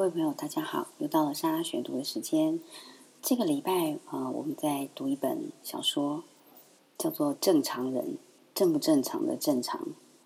各位朋友，大家好！又到了莎拉选读的时间。这个礼拜我们在读一本小说，叫做《正常人》，正不正常的正常。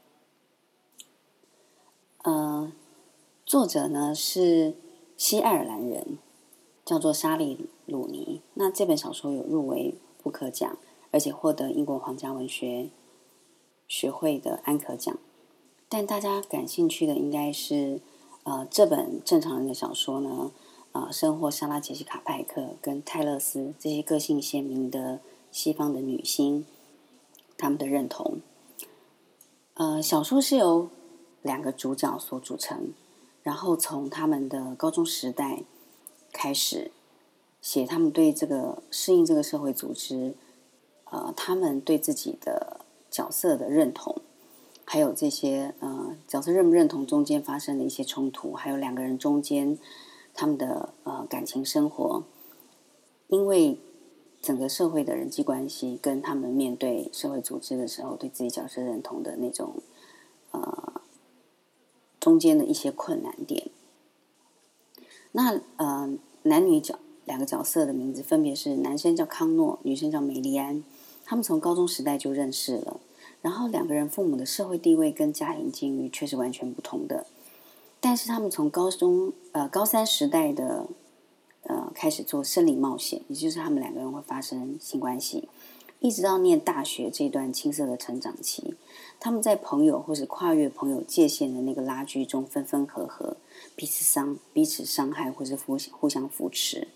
作者呢是西爱尔兰人，叫做莎莉·鲁尼。那这本小说有入围布克奖，而且获得英国皇家文学学会的安可奖。但大家感兴趣的应该是这本正常人的小说呢，深获莎拉·杰西卡·派克跟泰勒斯这些个性鲜明的西方的女星他们的认同。小说是由2个主角所组成，然后从他们的高中时代开始写他们对这个适应这个社会组织，他们对自己的角色的认同。还有这些角色认不认同中间发生的一些冲突，还有2个人中间他们的感情生活，因为整个社会的人际关系跟他们面对社会组织的时候对自己角色认同的那种中间的一些困难点。那男女2个角色的名字分别是男生叫康诺，女生叫梅丽安。他们从高中时代就认识了。然后2个人父母的社会地位跟家庭境遇却是完全不同的，但是他们从高3时代的开始做生理冒险，也就是他们2个人会发生性关系，一直到念大学这段青涩的成长期，他们在朋友或是跨越朋友界限的那个拉锯中分分合合，彼此伤害或是互相扶持。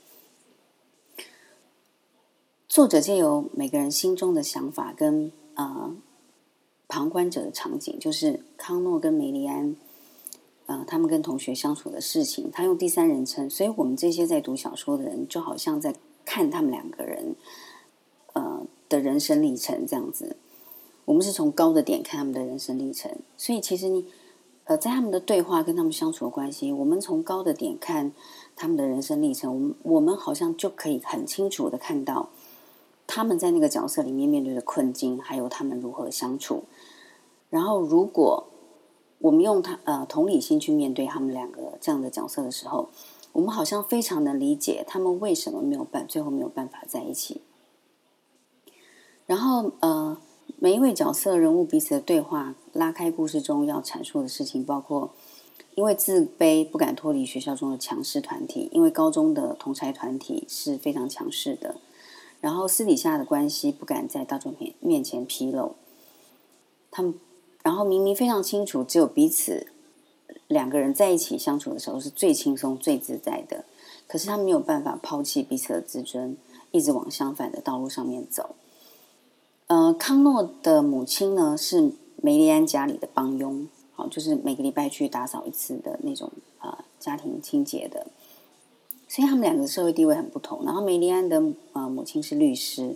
作者借由每个人心中的想法跟旁观者的场景，就是康诺跟梅丽安他们跟同学相处的事情，他用第3人称，所以我们这些在读小说的人就好像在看他们2个人的人生历程这样子。我们是从高的点看他们的人生历程，所以其实你在他们的对话跟他们相处的关系，我们从高的点看他们的人生历程，我们好像就可以很清楚的看到他们在那个角色里面面对的困境，还有他们如何相处。然后如果我们用同理心去面对他们2个这样的角色的时候，我们好像非常能理解他们为什么最后没有办法在一起。然后每一位角色人物彼此的对话，拉开故事中要阐述的事情，包括因为自卑不敢脱离学校中的强势团体，因为高中的同侪团体是非常强势的，然后私底下的关系不敢在大众面前披露，然后明明非常清楚只有彼此2个人在一起相处的时候是最轻松最自在的，可是他们没有办法抛弃彼此的自尊，一直往相反的道路上面走。康诺的母亲呢是梅丽安家里的帮佣，就是每个礼拜去打扫1次的那种家庭清洁的，所以他们2个的社会地位很不同。然后梅丽安的母亲是律师，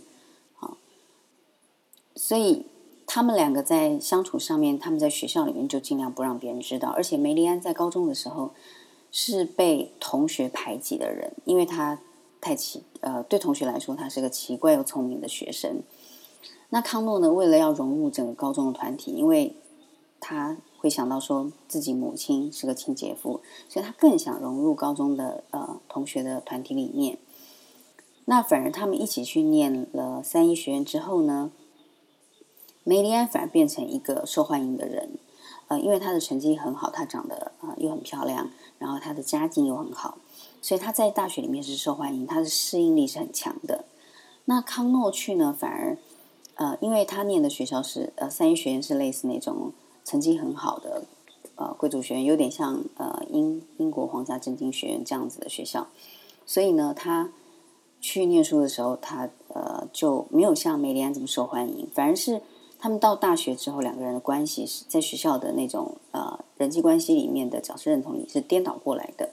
所以他们2个在相处上面，他们在学校里面就尽量不让别人知道。而且梅丽安在高中的时候是被同学排挤的人，因为他对同学来说他是个奇怪又聪明的学生。那康诺呢，为了要融入整个高中的团体，因为他会想到说自己母亲是个亲姐夫，所以他更想融入高中的同学的团体里面。那反而他们一起去念了3一学院之后呢，梅丽安反而变成一个受欢迎的人，因为她的成绩很好，她长得又很漂亮，然后她的家境又很好，所以她在大学里面是受欢迎，她的适应力是很强的。那康诺去呢，反而因为他念的学校是3一学院，是类似那种成绩很好的贵族学院，有点像英国皇家政经学院这样子的学校，所以呢他去念书的时候，他就没有像梅丽安这么受欢迎，反而是他们到大学之后2个人的关系是在学校的那种人际关系里面的角色认同里是颠倒过来的。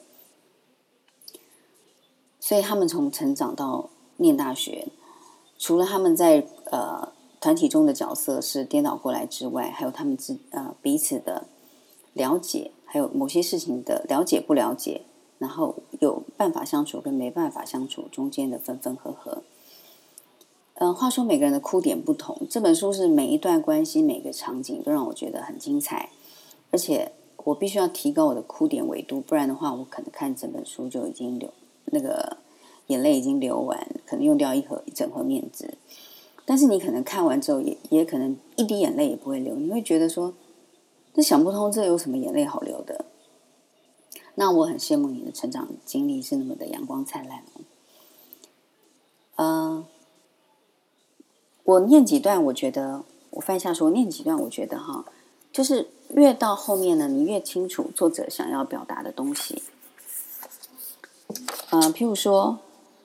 所以他们从成长到念大学，除了他们在团体中的角色是颠倒过来之外，还有他们彼此的了解，还有某些事情的了解不了解，然后有办法相处跟没办法相处中间的分分合合。话说每个人的哭点不同，这本书是每一段关系每个场景都让我觉得很精彩，而且我必须要提高我的哭点维度，不然的话，我可能看整本书就已经那个眼泪已经流完，可能用掉一整盒面纸。但是你可能看完之后也可能一滴眼泪也不会流，你会觉得说，这想不通，这有什么眼泪好流的？那我很羡慕你的成长经历是那么的阳光灿烂我念几段，我觉得我翻一下说，念几段，我觉得就是越到后面呢，你越清楚作者想要表达的东西。譬如说，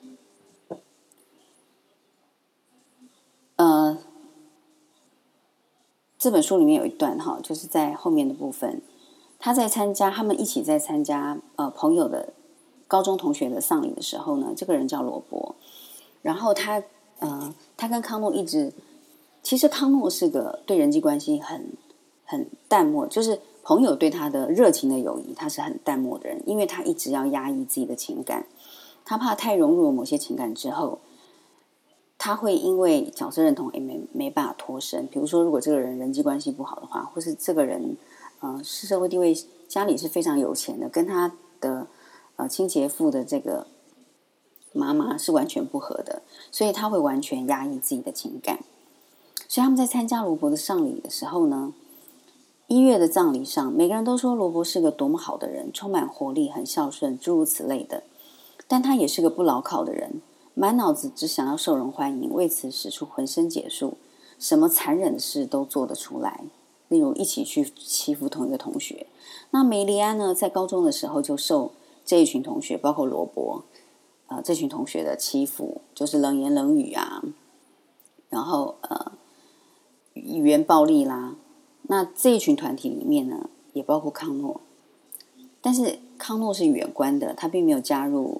这本书里面有一段就是在后面的部分，他们一起在参加朋友的高中同学的丧礼的时候呢，这个人叫罗伯，然后他跟康诺其实康诺是个对人际关系很淡漠，就是朋友对他的热情的友谊，他是很淡漠的人，因为他一直要压抑自己的情感，他怕太融入了某些情感之后，他会因为角色认同没办法脱身。比如说，如果这个人人际关系不好的话，或是这个人是社会地位家里是非常有钱的，跟他的亲姐父的这个妈妈是完全不合的，所以他会完全压抑自己的情感。所以他们在参加罗伯的丧礼的时候呢，1月的葬礼上，每个人都说罗伯是个多么好的人，充满活力，很孝顺，诸如此类的。但他也是个不牢靠的人，满脑子只想要受人欢迎，为此使出浑身解数，什么残忍的事都做得出来。例如一起去欺负同一个同学。那梅丽安呢，在高中的时候就受这一群同学，包括罗伯这群同学的欺负，就是冷言冷语啊，然后语言暴力啦。那这一群团体里面呢，也包括康诺，但是康诺是远观的，他并没有加入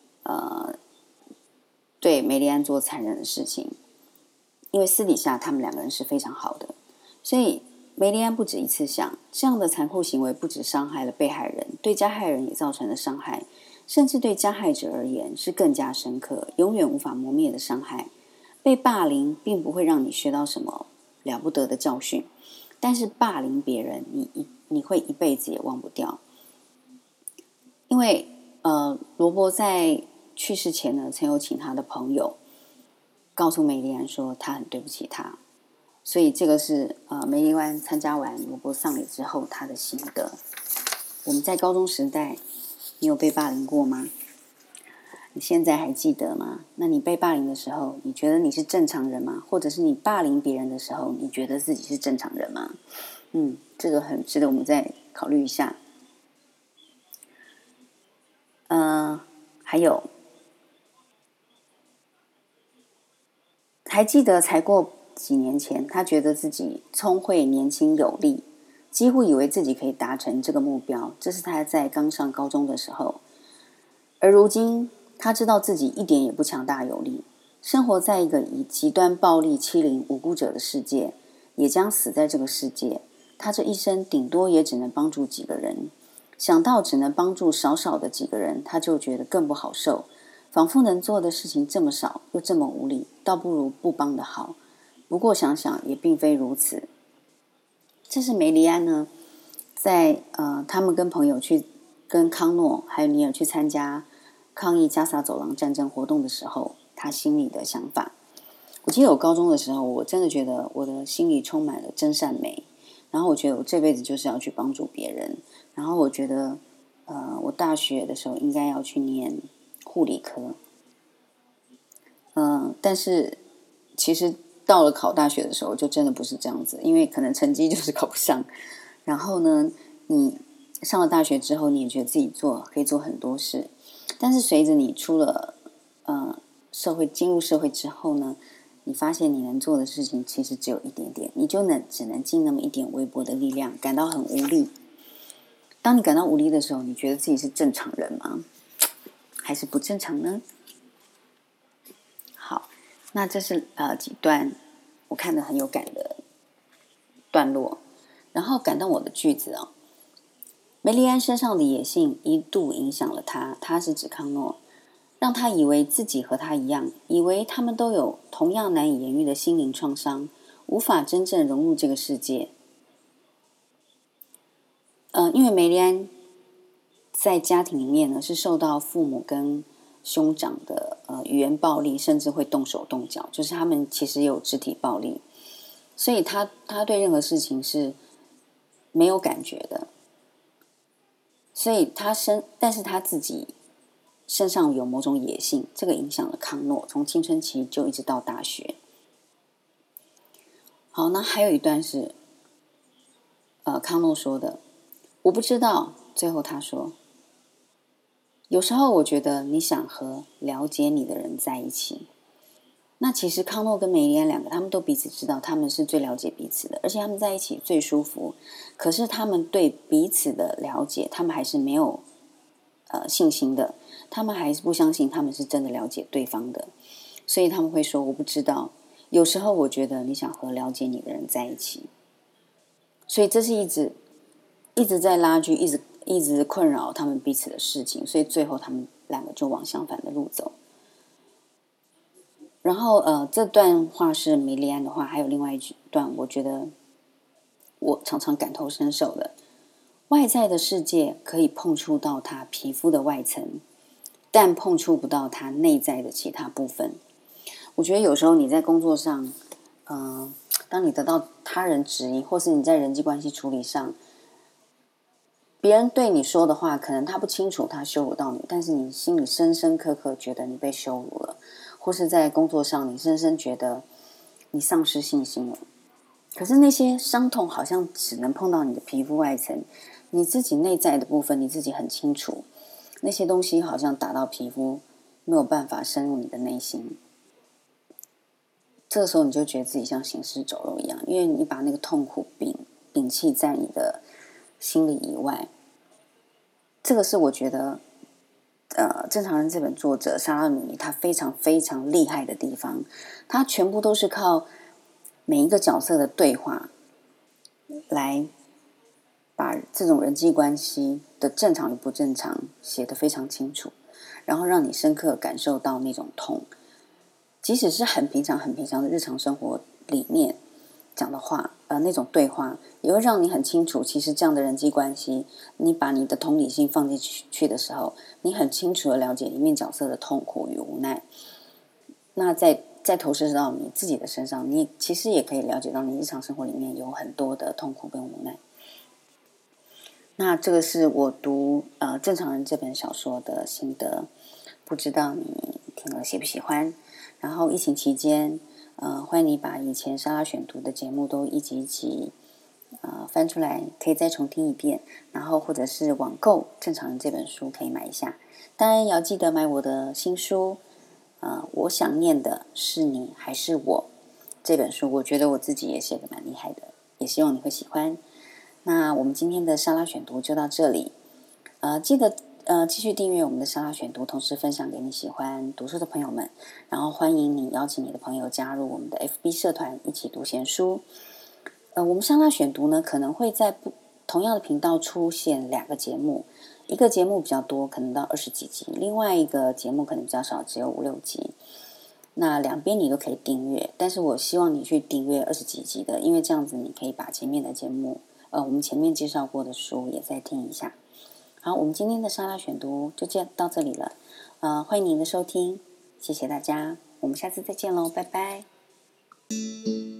对梅丽安做残忍的事情，因为私底下他们2个人是非常好的。所以梅丽安不止一次想，这样的残酷行为不止伤害了被害人，对加害人也造成了伤害，甚至对加害者而言是更加深刻，永远无法磨灭的伤害。被霸凌并不会让你学到什么了不得的教训，但是霸凌别人，你会一辈子也忘不掉。因为罗伯在去世前呢，曾有请他的朋友告诉梅丽安说他很对不起他，所以这个是梅丽安参加完罗伯丧礼之后他的心得。我们在高中时代，你有被霸凌过吗？你现在还记得吗？那你被霸凌的时候，你觉得你是正常人吗？或者是你霸凌别人的时候，你觉得自己是正常人吗？这个很值得我们再考虑一下。还有，还记得才过几年前，他觉得自己聪慧、年轻、有力，几乎以为自己可以达成这个目标。这是他在刚上高中的时候。而如今，他知道自己一点也不强大有力，生活在一个以极端暴力欺凌无辜者的世界，也将死在这个世界。他这一生顶多也只能帮助几个人，想到只能帮助少少的几个人，他就觉得更不好受，仿佛能做的事情这么少，又这么无力，倒不如不帮的好。不过想想也并非如此。这是梅丽安呢，在他们跟朋友去跟康诺还有尼尔去参加抗议加沙走廊战争活动的时候，他心里的想法。我记得我高中的时候，我真的觉得我的心里充满了真善美，然后我觉得我这辈子就是要去帮助别人，然后我觉得我大学的时候应该要去念护理科。但是其实到了考大学的时候，就真的不是这样子，因为可能成绩就是考不上。然后呢，你上了大学之后，你也觉得自己可以做很多事，但是随着你出了进入社会之后呢，你发现你能做的事情其实只有一点点，你就只能尽那么一点微薄的力量，感到很无力。当你感到无力的时候，你觉得自己是正常人吗？还是不正常呢？好，那这是几段我看得很有感的段落，然后感动我的句子梅丽安身上的野性一度影响了他是指康诺，让他以为自己和他一样，以为他们都有同样难以言喻的心灵创伤，无法真正融入这个世界。 因为梅丽安在家庭里面呢是受到父母跟兄长的语言暴力，甚至会动手动脚，就是他们其实也有肢体暴力，所以他对任何事情是没有感觉的，所以但是他自己身上有某种野性，这个影响了康诺，从青春期就一直到大学。好，那还有一段是康诺说的，我不知道，最后他说，有时候我觉得你想和了解你的人在一起。那其实康诺跟梅丽安两个，他们都彼此知道他们是最了解彼此的，而且他们在一起最舒服。可是他们对彼此的了解，他们还是没有信心的，他们还是不相信他们是真的了解对方的，所以他们会说我不知道。有时候我觉得你想和了解你的人在一起，所以这是一直在拉锯，一直困扰他们彼此的事情，所以最后他们两个就往相反的路走。然后这段话是梅丽安的话，还有另外一段，我觉得我常常感同身受的。外在的世界可以碰触到他皮肤的外层，但碰触不到他内在的其他部分。我觉得有时候你在工作上，当你得到他人质疑，或是你在人际关系处理上，别人对你说的话，可能他不清楚他羞辱到你，但是你心里深深刻刻觉得你被羞辱了，或是在工作上你深深觉得你丧失信心了。可是那些伤痛好像只能碰到你的皮肤外层，你自己内在的部分你自己很清楚，那些东西好像打到皮肤，没有办法深入你的内心。这个时候你就觉得自己像行尸走肉一样，因为你把那个痛苦摒弃在你的心里以外。这个是我觉得正常人这本作者莎拉努尼他非常非常厉害的地方，他全部都是靠每一个角色的对话来把这种人际关系的正常与不正常写得非常清楚，然后让你深刻感受到那种痛，即使是很平常很平常的日常生活里面讲的话，那种对话也会让你很清楚，其实这样的人际关系，你把你的同理心放进去的时候，你很清楚的了解里面角色的痛苦与无奈。那再投射到你自己的身上，你其实也可以了解到你日常生活里面有很多的痛苦跟无奈。那这个是我读正常人这本小说的心得，不知道你听了喜不喜欢。然后疫情期间欢迎你把以前莎拉选读的节目都一集一集翻出来，可以再重听一遍，然后或者是网购正常人这本书可以买一下。当然也要记得买我的新书我想念的是你还是我，这本书我觉得我自己也写得蛮厉害的，也希望你会喜欢。那我们今天的莎拉选读就到这里，记得继续订阅我们的莎拉选读，同时分享给你喜欢读书的朋友们，然后欢迎你邀请你的朋友加入我们的 FB 社团一起读闲书。我们莎拉选读呢可能会在同样的频道出现2个节目，一个节目比较多，可能到20几集，另外一个节目可能比较少，只有5、6集。那两边你都可以订阅，但是我希望你去订阅20几集的，因为这样子你可以把前面的节目我们前面介绍过的书也再听一下。好，我们今天的莎拉选读就到这里了，欢迎您的收听，谢谢大家，我们下次再见喽，拜拜。